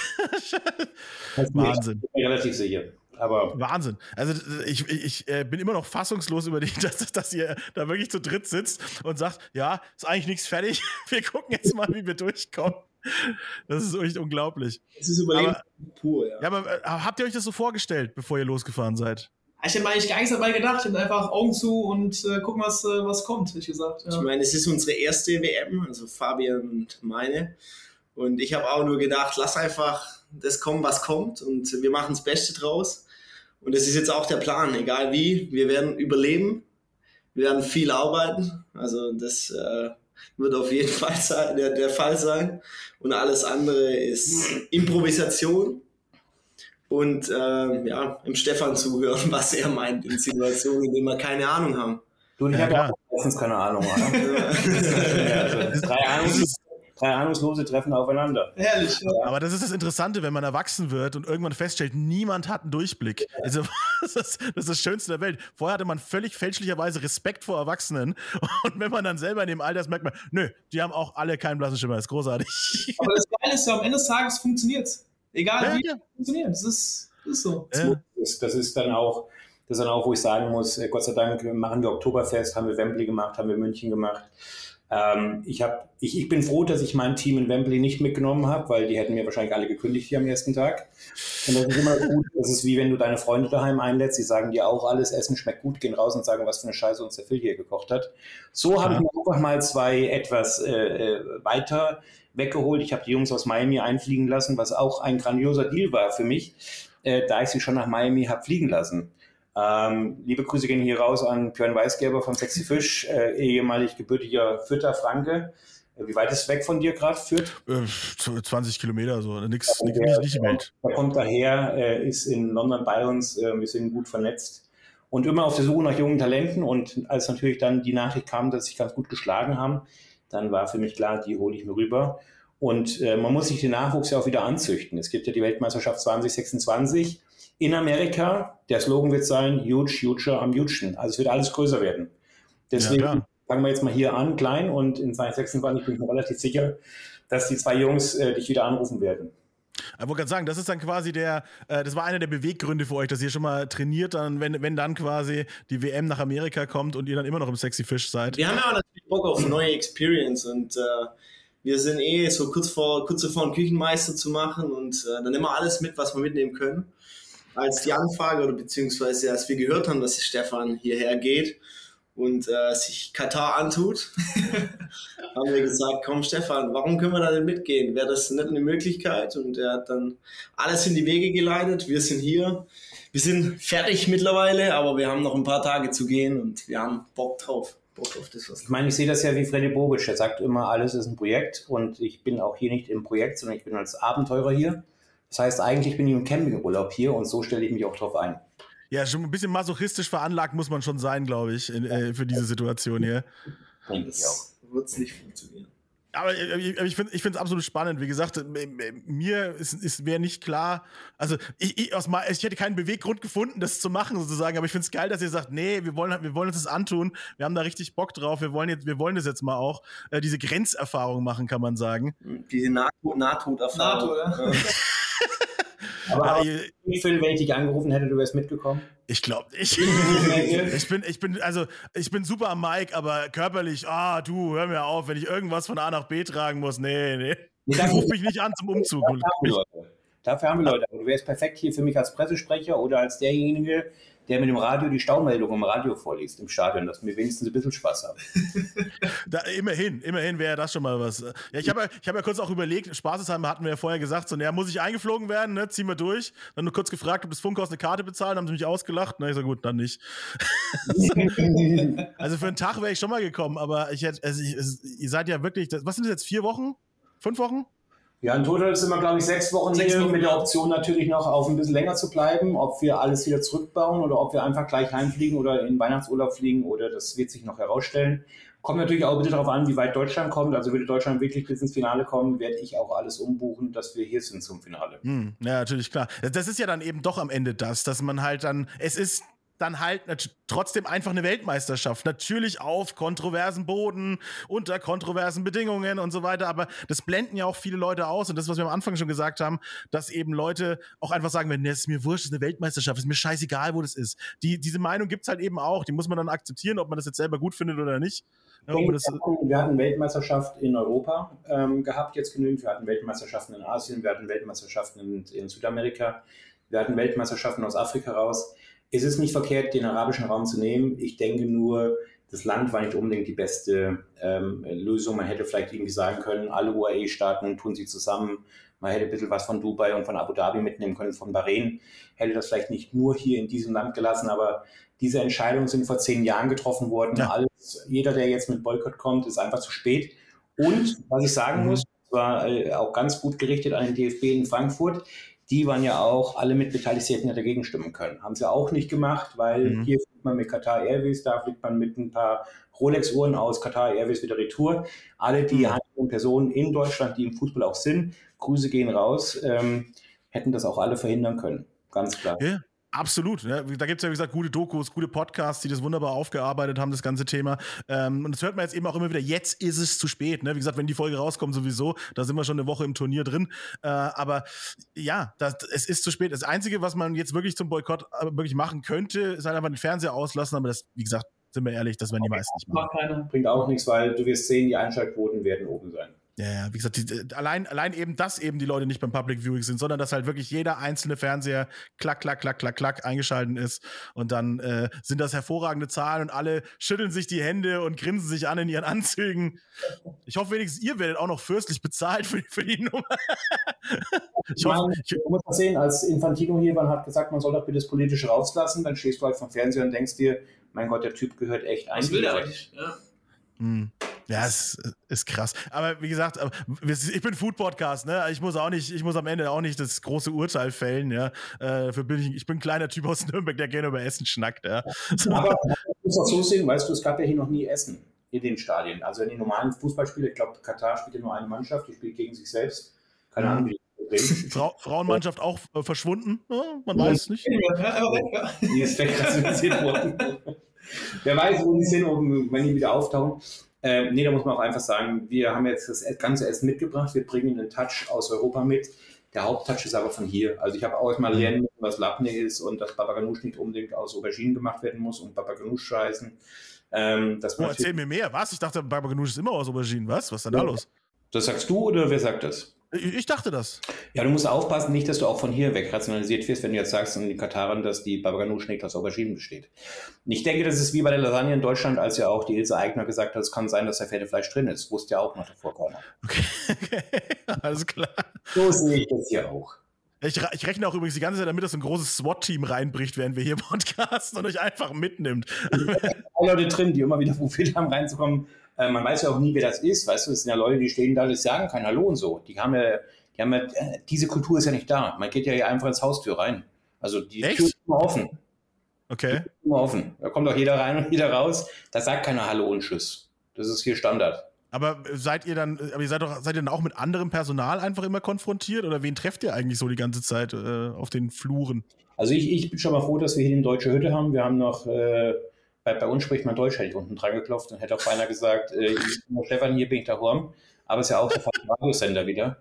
Wahnsinn. Ich bin mir relativ sicher. Aber Wahnsinn. Also ich bin immer noch fassungslos über dich, dass ihr da wirklich zu dritt sitzt und sagt, ja, ist eigentlich nichts fertig. Wir gucken jetzt mal, wie wir durchkommen. Das ist echt unglaublich. Das ist Überleben pur, ja. Ja, aber habt ihr euch das so vorgestellt, bevor ihr losgefahren seid? Ich habe eigentlich gar nichts dabei gedacht. Ich habe einfach Augen zu und gucken, was kommt, hätte ich gesagt. Ja. Ich meine, es ist unsere erste WM, also Fabian und meine. Und ich habe auch nur gedacht, lass einfach das kommen, was kommt. Und wir machen das Beste draus. Und das ist jetzt auch der Plan, egal wie. Wir werden überleben. Wir werden viel arbeiten. Also das wird auf jeden Fall der Fall sein. Und alles andere ist Improvisation. Und im Stefan zuhören, was er meint in Situationen, in denen wir keine Ahnung haben. Du und ich habe auch meistens keine Ahnung. Also, 3 Ahnungslose treffen aufeinander. Herrlich. Ja. Aber das ist das Interessante, wenn man erwachsen wird und irgendwann feststellt, niemand hat einen Durchblick. Also, das ist das Schönste der Welt. Vorher hatte man völlig fälschlicherweise Respekt vor Erwachsenen. Und wenn man dann selber in dem Alter ist, merkt man, nö, die haben auch alle keinen blassen Schimmer. Das ist großartig. Aber das Geile ist ja, am Ende des Tages funktioniert es. Egal wie, funktioniert. Das ist so. Das ist dann auch, wo ich sagen muss, Gott sei Dank machen wir Oktoberfest, haben wir Wembley gemacht, haben wir München gemacht. Ich bin froh, dass ich mein Team in Wembley nicht mitgenommen habe, weil die hätten mir wahrscheinlich alle gekündigt hier am ersten Tag. Und das ist immer gut. Das ist wie wenn du deine Freunde daheim einlädst, die sagen dir auch, alles Essen schmeckt gut, gehen raus und sagen, was für eine Scheiße uns der Phil hier gekocht hat. So habe ich mir einfach mal 2 etwas weiter weggeholt. Ich habe die Jungs aus Miami einfliegen lassen, was auch ein grandioser Deal war für mich. da ich sie schon nach Miami habe fliegen lassen. Liebe Grüße gehen hier raus an Björn Weisgerber von Sexy Fish, ehemalig gebürtiger Fürther Franke. Wie weit ist es weg von dir gerade, Fürth? 20 Kilometer, so nicht Welt. Er kommt daher, ist in London bei uns, wir sind gut vernetzt und immer auf der Suche nach jungen Talenten. Und als natürlich dann die Nachricht kam, dass sie ganz gut geschlagen haben, dann war für mich klar, die hole ich mir rüber. Und man muss sich den Nachwuchs ja auch wieder anzüchten. Es gibt ja die Weltmeisterschaft 2026 in Amerika. Der Slogan wird sein, huge, huger am hugsten. Also es wird alles größer werden. Deswegen fangen wir jetzt mal hier an, klein, und in 2026 bin ich mir relativ sicher, dass die zwei Jungs dich wieder anrufen werden. Ich wollte gerade sagen, das ist dann quasi das war einer der Beweggründe für euch, dass ihr schon mal trainiert, dann, wenn dann quasi die WM nach Amerika kommt und ihr dann immer noch im Sexy Fish seid. Wir haben ja auch natürlich Bock auf neue Experience und wir sind so kurz davor, einen Küchenmeister zu machen und dann nehmen wir alles mit, was wir mitnehmen können. Als die Anfrage oder beziehungsweise als wir gehört haben, dass Stefan hierher geht und sich Katar antut, haben wir gesagt, komm Stefan, warum können wir da nicht mitgehen? Wäre das nicht eine Möglichkeit? Und er hat dann alles in die Wege geleitet. Wir sind hier. Wir sind fertig mittlerweile, aber wir haben noch ein paar Tage zu gehen und wir haben Bock drauf. Ich meine, ich sehe das ja wie Freddy Bobic. Er sagt immer, alles ist ein Projekt, und ich bin auch hier nicht im Projekt, sondern ich bin als Abenteurer hier. Das heißt, eigentlich bin ich im Campingurlaub hier, und so stelle ich mich auch drauf ein. Ja, schon ein bisschen masochistisch veranlagt muss man schon sein, glaube ich, für diese Situation hier. Das wird es nicht funktionieren. Aber ich finde es absolut spannend. Wie gesagt, mir wäre nicht klar, also ich hätte keinen Beweggrund gefunden, das zu machen sozusagen, aber ich finde es geil, dass ihr sagt, nee, wir wollen uns das antun, wir haben da richtig Bock drauf, wir wollen das jetzt mal auch, diese Grenzerfahrung machen, kann man sagen. Diese Nahtoderfahrung. NATO, ja. Aber Phil, wenn ich dich angerufen hätte, du wärst mitgekommen? Ich glaube nicht. Ich bin super am Mic, aber körperlich, du, hör mir auf, wenn ich irgendwas von A nach B tragen muss, nee. Ruf mich nicht an zum Umzug. Dafür haben wir Leute. Du wärst perfekt hier für mich als Pressesprecher oder als derjenige, der mit dem Radio die Staumeldung im Radio vorliest, im Stadion, dass wir wenigstens ein bisschen Spaß haben. Immerhin wäre das schon mal was. Ja, ich hab ja kurz auch überlegt, Spaßesheim hatten wir ja vorher gesagt, so, muss ich eingeflogen werden, ne, ziehen wir durch. Dann nur kurz gefragt, ob das Funkhaus eine Karte bezahlt, haben sie mich ausgelacht. Na, ich sag, gut, dann nicht. Also für einen Tag wäre ich schon mal gekommen, aber ihr seid ja wirklich, was sind das jetzt, 4 Wochen? 5 Wochen? Ja, in total sind wir, glaube ich, 6 Wochen hier, mit der Option natürlich noch auf ein bisschen länger zu bleiben, ob wir alles wieder zurückbauen oder ob wir einfach gleich heimfliegen oder in Weihnachtsurlaub fliegen, oder das wird sich noch herausstellen. Kommt natürlich auch bitte darauf an, wie weit Deutschland kommt. Also würde Deutschland wirklich bis ins Finale kommen, werde ich auch alles umbuchen, dass wir hier sind zum Finale. Ja, natürlich, klar. Das ist ja dann eben doch am Ende dass man halt dann, es ist dann halt trotzdem einfach eine Weltmeisterschaft. Natürlich auf kontroversen Boden, unter kontroversen Bedingungen und so weiter, aber das blenden ja auch viele Leute aus, und das, was wir am Anfang schon gesagt haben, dass eben Leute auch einfach sagen, wenn es ist mir wurscht, es ist eine Weltmeisterschaft, es ist mir scheißegal, wo das ist. Diese Meinung gibt's halt eben auch, die muss man dann akzeptieren, ob man das jetzt selber gut findet oder nicht. Wir hatten Weltmeisterschaft in Europa gehabt, jetzt genügend. Wir hatten Weltmeisterschaften in Asien, wir hatten Weltmeisterschaften in Südamerika, wir hatten Weltmeisterschaften aus Afrika raus. Es ist nicht verkehrt, den arabischen Raum zu nehmen. Ich denke nur, das Land war nicht unbedingt die beste Lösung. Man hätte vielleicht irgendwie sagen können, alle UAE-Staaten tun sie zusammen. Man hätte ein bisschen was von Dubai und von Abu Dhabi mitnehmen können, von Bahrain. Hätte das vielleicht nicht nur hier in diesem Land gelassen, aber diese Entscheidungen sind vor 10 Jahren getroffen worden. Ja. Jeder, der jetzt mit Boykott kommt, ist einfach zu spät. Und was ich sagen muss, war auch ganz gut gerichtet an den DFB in Frankfurt. Die waren ja auch alle mitbeteiligt, sie hätten ja dagegen stimmen können. Haben sie auch nicht gemacht, weil hier fliegt man mit Qatar Airways, da fliegt man mit ein paar Rolex-Uhren aus Qatar Airways wieder retour. Alle die handelnden Personen in Deutschland, die im Fußball auch sind, Grüße gehen raus, hätten das auch alle verhindern können. Ganz klar. Ja. Absolut. Ja. Da gibt es ja, wie gesagt, gute Dokus, gute Podcasts, die das wunderbar aufgearbeitet haben, das ganze Thema. Und das hört man jetzt eben auch immer wieder, jetzt ist es zu spät. Ne? Wie gesagt, wenn die Folge rauskommt sowieso, da sind wir schon eine Woche im Turnier drin. Aber ja, es ist zu spät. Das Einzige, was man jetzt wirklich zum Boykott wirklich machen könnte, ist halt einfach den Fernseher auslassen. Aber das, wie gesagt, sind wir ehrlich, das werden die meisten nicht machen. Bringt auch nichts, weil du wirst sehen, die Einschaltquoten werden oben sein. Ja, wie gesagt, allein eben, dass eben die Leute nicht beim Public Viewing sind, sondern dass halt wirklich jeder einzelne Fernseher klack, klack, klack, klack, klack eingeschalten ist und dann sind das hervorragende Zahlen und alle schütteln sich die Hände und grinsen sich an in ihren Anzügen. Ich hoffe wenigstens, ihr werdet auch noch fürstlich bezahlt für die Nummer. Du musst das sehen, als Infantino hier war, hat gesagt, man soll doch bitte das Politische rauslassen, dann stehst du halt vom Fernseher und denkst dir, mein Gott, der Typ gehört echt ein. Was will der eigentlich? Ja. Ja, es ist krass. Aber wie gesagt, ich bin Food-Podcast, ne? Ich muss am Ende auch nicht das große Urteil fällen, ja. Ich bin ein kleiner Typ aus Nürnberg, der gerne über Essen schnackt, ja. Aber du musst auch so sehen, weißt du, es gab ja hier noch nie Essen in den Stadien. Also in den normalen Fußballspielen, ich glaube, Katar spielt ja nur eine Mannschaft, die spielt gegen sich selbst. Keine Ahnung, wie Frauenmannschaft auch verschwunden? Ja, man weiß es nicht. Die ist wegklassifiziert worden. Wer weiß, wo die sind, wenn die wieder auftauchen. Nee, da muss man auch einfach sagen, wir haben jetzt das ganze Essen mitgebracht, wir bringen den Touch aus Europa mit. Der Haupttouch ist aber von hier. Also ich habe auch mal lernen müssen, was Labne ist und dass Baba Ganoush nicht unbedingt aus Auberginen gemacht werden muss und Baba Ganoush scheißen. Erzähl mir mehr, was? Ich dachte, Baba Ganoush ist immer aus Auberginen. Was ist denn da los? Das sagst du oder wer sagt das? Ich dachte das. Ja, du musst aufpassen, nicht, dass du auch von hier weg rationalisiert wirst, wenn du jetzt sagst an die Katarern, dass die Baba Ganoush nicht aus Auberginen besteht. Und ich denke, das ist wie bei der Lasagne in Deutschland, als ja auch die Ilse Aigner gesagt hat, es kann sein, dass da Pferdefleisch drin ist. Wusste ja auch noch davor keiner. Okay, alles klar. So sehe ich das hier auch. Ich rechne auch übrigens die ganze Zeit damit, dass ein großes SWAT-Team reinbricht, während wir hier podcasten und euch einfach mitnimmt. Leute drin, die immer wieder probiert haben, reinzukommen. Man weiß ja auch nie, wer das ist. Weißt du, es sind ja Leute, die stehen da, die sagen kein Hallo und so. Die haben ja, diese Kultur ist ja nicht da. Man geht ja hier einfach ins Haustür rein. Also die Tür ist immer offen. Okay. Immer offen. Da kommt auch jeder rein und jeder raus. Da sagt keiner Hallo und Tschüss. Das ist hier Standard. Aber seid ihr dann auch mit anderem Personal einfach immer konfrontiert? Oder wen trefft ihr eigentlich so die ganze Zeit auf den Fluren? Also ich bin schon mal froh, dass wir hier eine deutsche Hütte haben. Wir haben noch, bei uns spricht man Deutsch, hätte ich unten dran geklopft und hätte auch beinahe gesagt, Stefan, hier bin ich daheim. Aber es ist ja auch der Radiosender wieder.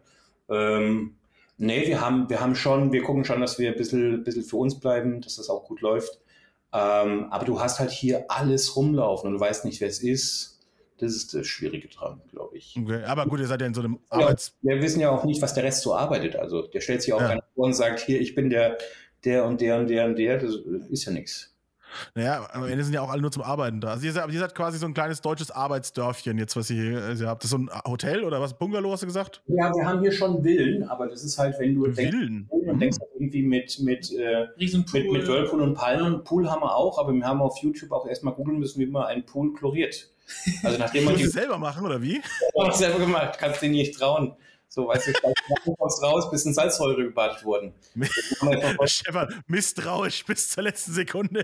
Nee, wir gucken schon, dass wir ein bisschen für uns bleiben, dass das auch gut läuft. Aber du hast halt hier alles rumlaufen und du weißt nicht, wer es ist. Das ist das Schwierige dran, glaube ich. Okay, aber gut, ihr seid ja in so einem Wir wissen ja auch nicht, was der Rest so arbeitet. Also der stellt sich auch keiner vor und sagt, hier, ich bin der und der und der und der. Das ist ja nichts. Naja, am Ende sind ja auch alle nur zum Arbeiten da. Also ihr seid quasi so ein kleines deutsches Arbeitsdörfchen jetzt, was ihr hier habt. Das ist so ein Hotel oder was? Bungalow, hast du gesagt? Ja, wir haben hier schon Villen, aber das ist halt, wenn du denkst irgendwie mit Whirlpool und Palmen. Pool haben wir auch, aber wir haben auf YouTube auch erstmal googeln müssen, wie man einen Pool chloriert. Also nachdem man die selber machen, oder wie? Ja, selber gemacht, kannst du dir nicht trauen. So, weißt du, kommst raus, bis in Salzsäure gebadet worden. Stefan, misstrauisch bis zur letzten Sekunde.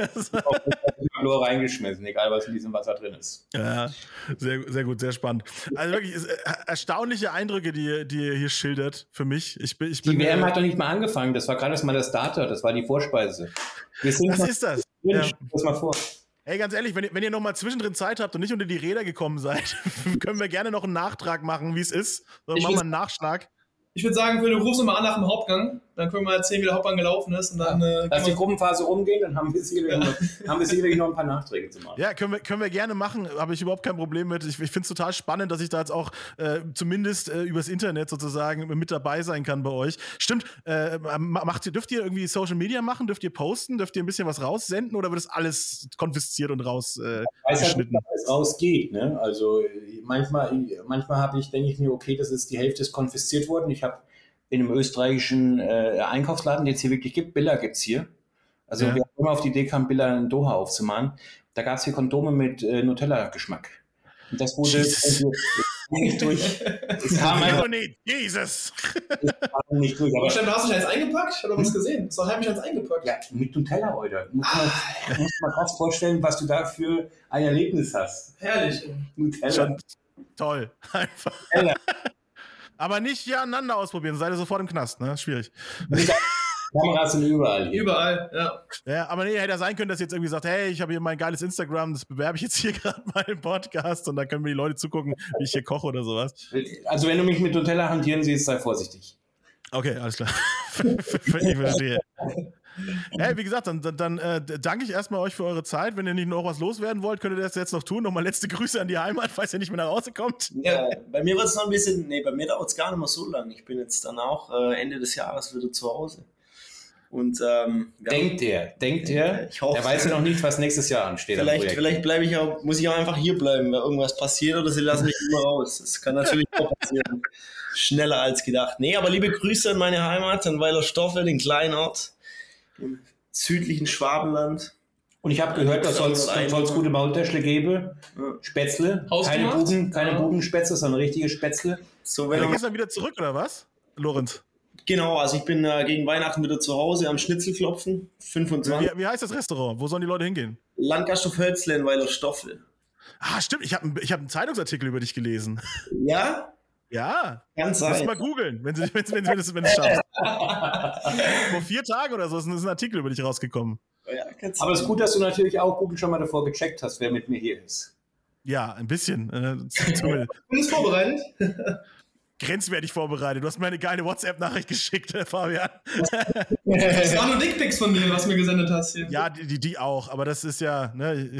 Chlor reingeschmissen, egal was in diesem Wasser drin ist. Ja, sehr, sehr gut, sehr spannend. Also wirklich erstaunliche Eindrücke, die ihr hier schildert für mich. Die WM hat doch nicht mal angefangen, das war gerade mal der Starter, das war die Vorspeise. Was ist das? Ja. Das mal vor. Ey, ganz ehrlich, wenn ihr noch mal zwischendrin Zeit habt und nicht unter die Räder gekommen seid, können wir gerne noch einen Nachtrag machen, wie es ist. So, machen wir einen Nachschlag. Ich würde sagen, du rufst mal an nach dem Hauptgang, dann können wir erzählen, wie der Hauptgang gelaufen ist. Und dann, lass die Gruppenphase rumgehen, dann haben wir sicherlich noch ein paar Nachträge zu machen. Ja, können wir gerne machen, habe ich überhaupt kein Problem mit. Ich finde es total spannend, dass ich da jetzt auch zumindest übers Internet sozusagen mit dabei sein kann bei euch. Stimmt, dürft ihr irgendwie Social Media machen? Dürft ihr posten? Dürft ihr ein bisschen was raussenden? Oder wird das alles konfisziert und rausgeschnitten? Weiß halt, dass es rausgeht, ne? Also manchmal denke ich mir, okay, das ist die Hälfte ist konfisziert worden. Ich habe in einem österreichischen Einkaufsladen, den es hier wirklich gibt, Billa gibt es hier. Also wir haben immer auf die Idee gekommen, Billa in Doha aufzumachen. Da gab es hier Kondome mit Nutella-Geschmack. Und das wurde nicht durch. Es kam einfach Jesus! Nicht durch. Aber Stefan, hast du dich eins eingepackt? Ich habe was gesehen. So habe ich eins eingepackt. Ja, mit Nutella, Alter. Muss man krass vorstellen, was du da für ein Erlebnis hast. Herrlich. Nutella. Schon toll. Einfach. Nutella. Aber nicht hier aneinander ausprobieren, seid ihr sofort im Knast, ne? Schwierig. Kameras sind überall. Überall, ja. Ja, aber nee, hätte ja sein können, dass ihr jetzt irgendwie sagt, hey, ich habe hier mein geiles Instagram, das bewerbe ich jetzt hier gerade mal im Podcast und dann können mir die Leute zugucken, wie ich hier koche oder sowas. Also wenn du mich mit Nutella hantieren siehst, sei vorsichtig. Okay, alles klar. Ich verstehe. Hey, wie gesagt, dann danke ich erstmal euch für eure Zeit. Wenn ihr nicht noch was loswerden wollt, könnt ihr das jetzt noch tun. Nochmal letzte Grüße an die Heimat, falls ihr nicht mehr nach Hause kommt. Ja, bei mir wird es noch ein bisschen, bei mir dauert es gar nicht mehr so lang. Ich bin jetzt dann auch Ende des Jahres wieder zu Hause. Und denkt er, ich hoffe, er weiß ja noch nicht, was nächstes Jahr ansteht. Vielleicht muss ich auch einfach hier bleiben, wenn irgendwas passiert oder sie lassen mich immer raus. Das kann natürlich auch passieren. Schneller als gedacht. Nee, aber liebe Grüße an meine Heimat, an Weilerstoffel, den kleinen Ort im südlichen Schwabenland. Und ich habe gehört, da soll es gute Maultäschle geben. Spätzle. Keine Bubenspätzle, sondern richtige Spätzle. So, wenn du gehst dann wieder zurück, oder was, Lorenz? Genau, also ich bin gegen Weihnachten wieder zu Hause am Schnitzelklopfen, 25. Wie heißt das Restaurant? Wo sollen die Leute hingehen? Landgasthof Hölzle in Weilerstoffel. Ah, stimmt, ich hab einen Zeitungsartikel über dich gelesen. Ja? Ja. Ganz sein. Musst mal googeln, wenn du es schaffst. Vor 4 Tagen oder so ist ein Artikel über dich rausgekommen. Ja, aber es ist gut, dass du natürlich auch Google schon mal davor gecheckt hast, wer mit mir hier ist. Ja, ein bisschen. Du bist vorbereitet? Grenzwertig vorbereitet. Du hast mir eine geile WhatsApp-Nachricht geschickt, Fabian. Das waren nur Dickpics von mir, was du mir gesendet hast hier. Ja, die auch, aber das ist ja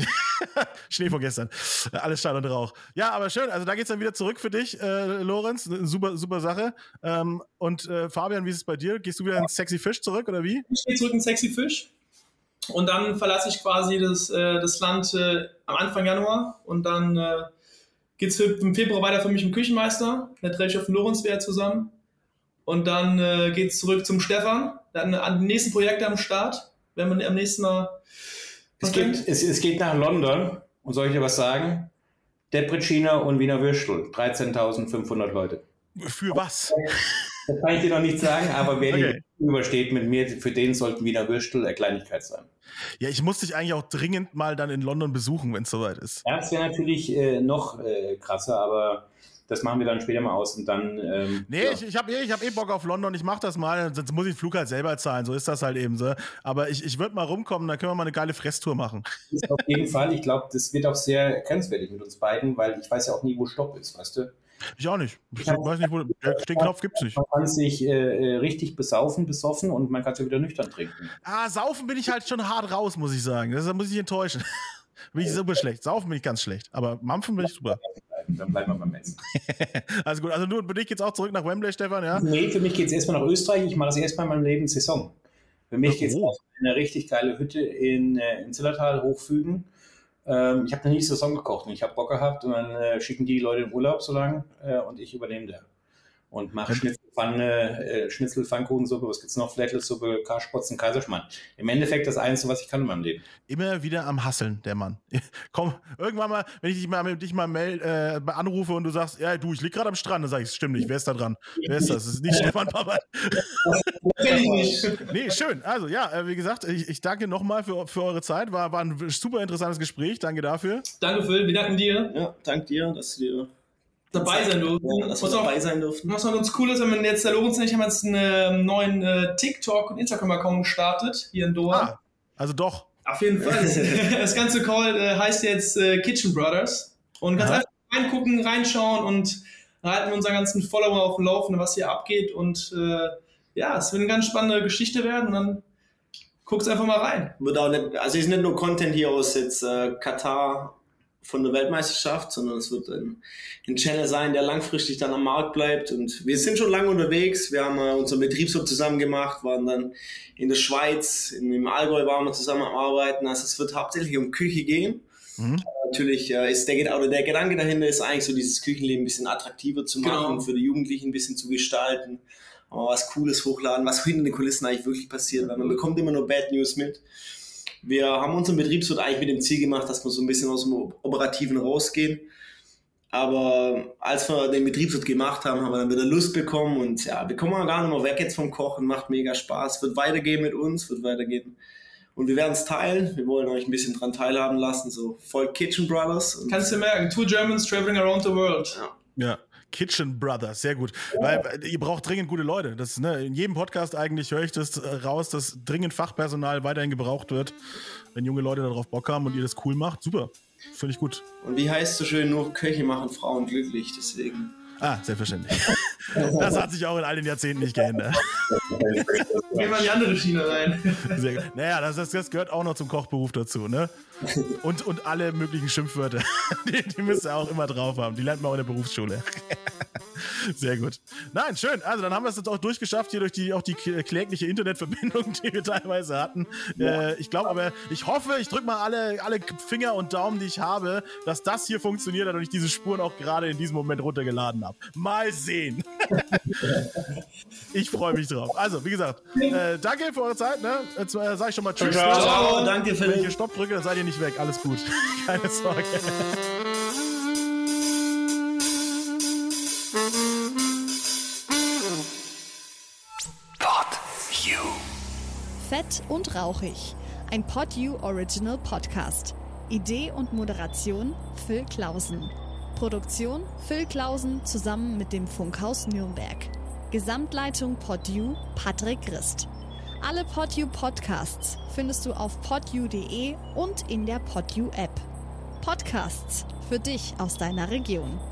Schnee von gestern. Alles Schall und Rauch. Ja, aber schön, also da geht's dann wieder zurück für dich, Lorenz. Super Sache. Und Fabian, wie ist es bei dir? Gehst du wieder ins Sexy Fish zurück, oder wie? Ich gehe zurück ins Sexy Fish und dann verlasse ich quasi das Land am Anfang Januar und dann geht es im Februar weiter für mich im Küchenmeister. Da treffe ich auf den Lorenz wieder zusammen. Und dann geht es zurück zum Stefan. Der hat an den nächsten Projekte am Start. Wenn man am nächsten Mal. Es geht nach London. Und soll ich dir was sagen? Deprezina und Wiener Würstel. 13.500 Leute. Für was? Das kann ich dir noch nicht sagen, aber wer okay. Übersteht mit mir, für den sollten Wiener Würstel eine Kleinigkeit sein. Ja, ich muss dich eigentlich auch dringend mal dann in London besuchen, wenn es soweit ist. Ja, das wäre natürlich noch krasser, aber das machen wir dann später mal aus und dann... ich hab Bock auf London, ich mach das mal, sonst muss ich den Flug halt selber zahlen, so ist das halt eben so. Aber ich würde mal rumkommen, dann können wir mal eine geile Fresstour machen. Auf jeden Fall, ich glaube, das wird auch sehr grenzwertig mit uns beiden, weil ich weiß ja auch nie, wo Stopp ist, weißt du? Ich auch nicht. Ich weiß nicht, wo den Knopf gibt's nicht. Man kann sich richtig besoffen und man kann es ja wieder nüchtern trinken. Saufen bin ich halt schon hart raus, muss ich sagen. Das muss ich enttäuschen. Bin ich super schlecht. Saufen bin ich ganz schlecht. Aber Mampfen bin ich super. Dann bleiben wir beim Essen. Also gut, also nur für dich geht's auch zurück nach Wembley, Stefan, ja? Nee, für mich geht's erstmal nach Österreich. Ich mache das erstmal in meinem Leben Saison. Für mich geht's auf eine richtig geile Hütte in Zillertal hochfügen. Ich habe noch nie Saison gekocht und ich habe Bock gehabt und dann schicken die Leute in Urlaub so lange und ich übernehme da. Und mache Schnitzel, Pfannkuchensuppe, was gibt's noch? Flättelsuppe, Karspotzen, Kaiserschmarrn. Im Endeffekt das Einzige, was ich kann in meinem Leben. Immer wieder am Hasseln, der Mann. Komm, irgendwann mal, wenn ich dich mal anrufe und du sagst, ja du, ich lieg gerade am Strand, dann sag ich, stimmt nicht, wer ist da dran? Wer ist das? Das ist nicht Stefan Papa. Das kenn ich nicht. Nee, schön. Also ja, wie gesagt, ich danke nochmal für eure Zeit. War ein super interessantes Gespräch. Danke dafür. Danke, Phil. Wir danken dir. Ja, danke dir, dass du dabei sein durften. Ja, dass wir dabei sein durften. Was noch ganz cool ist, wenn man jetzt, der Lorenz und ich haben jetzt einen neuen TikTok- und Instagram-Account gestartet, hier in Doha. Also doch. Auf jeden Fall. Das ganze Call heißt jetzt Kitchen Brothers. Und ganz einfach reingucken, reinschauen und halten unseren ganzen Follower auf dem Laufenden, was hier abgeht. Und es wird eine ganz spannende Geschichte werden. Und dann guck's einfach mal rein. Wird auch nicht, also es ist nicht nur Content hier aus jetzt Katar von der Weltmeisterschaft, sondern es wird ein Channel sein, der langfristig dann am Markt bleibt. Und wir sind schon lange unterwegs. Wir haben unseren Betriebswirt zusammen gemacht, waren dann in der Schweiz, im Allgäu waren wir zusammen am Arbeiten. Also es wird hauptsächlich um Küche gehen. Natürlich ist der Gedanke dahinter ist eigentlich so, dieses Küchenleben ein bisschen attraktiver zu machen, für die Jugendlichen ein bisschen zu gestalten, aber was Cooles hochladen, was hinter den Kulissen eigentlich wirklich passiert, weil man bekommt immer nur Bad News mit. Wir haben unseren Betriebswirt eigentlich mit dem Ziel gemacht, dass wir so ein bisschen aus dem Operativen rausgehen. Aber als wir den Betriebswirt gemacht haben, haben wir dann wieder Lust bekommen und ja, wir kommen gar nicht mehr weg jetzt vom Kochen, macht mega Spaß, wird weitergehen mit uns, wird weitergehen. Und wir werden es teilen, wir wollen euch ein bisschen dran teilhaben lassen, so folgt Kitchen Brothers. Und kannst du merken, 2 Germans traveling around the world. Ja. Kitchen Brothers, sehr gut. Weil ihr braucht dringend gute Leute. Das, in jedem Podcast eigentlich höre ich das raus, dass dringend Fachpersonal weiterhin gebraucht wird. Wenn junge Leute darauf Bock haben und ihr das cool macht, super. Finde ich gut. Und wie heißt es so schön, nur Köche machen Frauen glücklich, deswegen. Selbstverständlich. Das hat sich auch in all den Jahrzehnten nicht geändert. Gehen wir in die andere Schiene rein. Sehr gut. Naja, das gehört auch noch zum Kochberuf dazu, ne? Und alle möglichen Schimpfwörter, die müsst ihr auch immer drauf haben. Die lernt man auch in der Berufsschule. Sehr gut. Nein, schön. Also dann haben wir es jetzt auch durchgeschafft, hier durch die klägliche Internetverbindung, die wir teilweise hatten. Ich hoffe, ich drücke mal alle Finger und Daumen, die ich habe, dass das hier funktioniert hat und ich diese Spuren auch gerade in diesem Moment runtergeladen habe. Mal sehen. Ich freue mich drauf. Also, wie gesagt, danke für eure Zeit. Ne? Jetzt sage ich schon mal Tschüss. Ciao, danke für Wenn ich hier Stopp drücke, dann seid ihr nicht weg. Alles gut. Keine Sorge. Fett und rauchig. Ein PodU Original Podcast. Idee und Moderation Phil Clausen. Produktion Phil Clausen zusammen mit dem Funkhaus Nürnberg. Gesamtleitung PodU Patrick Christ. Alle PodU Podcasts findest du auf podu.de und in der PodU App. Podcasts für dich aus deiner Region.